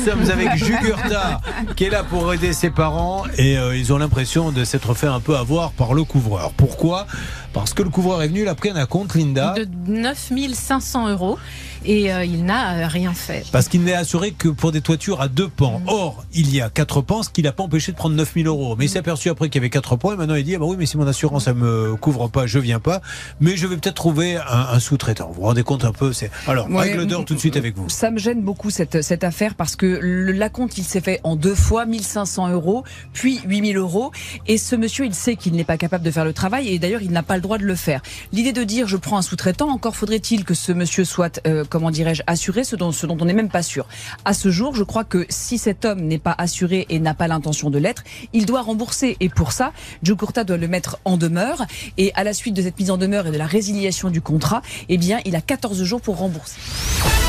sommes avec Jugurtha qui est là pour aider ses parents et ils ont l'impression de s'être fait un peu avoir par le couvreur. Pourquoi ? Parce que le couvreur est venu, il a pris un acompte, Linda, de 9 500 € et il n'a rien fait. Parce qu'il n'est assuré que pour des toitures à 2 pans. Or, il y a 4 pans, ce qui l'a pas empêché de prendre 9 000 €. Mais il s'est aperçu après qu'il y avait 4 pans et maintenant il dit oui, mais si mon assurance elle me couvre pas, je viens pas. Mais je vais peut-être trouver un sous-traitant. Vous vous rendez compte un peu Alors, règle d'or tout de suite avec vous. Ça me gêne beaucoup cette affaire parce que l'acompte il s'est fait en 2 fois, 1 500 €, puis 8 000 €. Et ce monsieur, il sait qu'il n'est pas capable de faire le travail et d'ailleurs il n'a pas le droit de le faire. L'idée de dire je prends un sous-traitant, encore faudrait-il que ce monsieur soit assuré, ce dont on n'est même pas sûr. À ce jour, je crois que si cet homme n'est pas assuré et n'a pas l'intention de l'être, il doit rembourser. Et pour ça, Jugurtha doit le mettre en demeure. Et à la suite de cette mise en demeure et de la résiliation du contrat, il a 14 jours pour rembourser.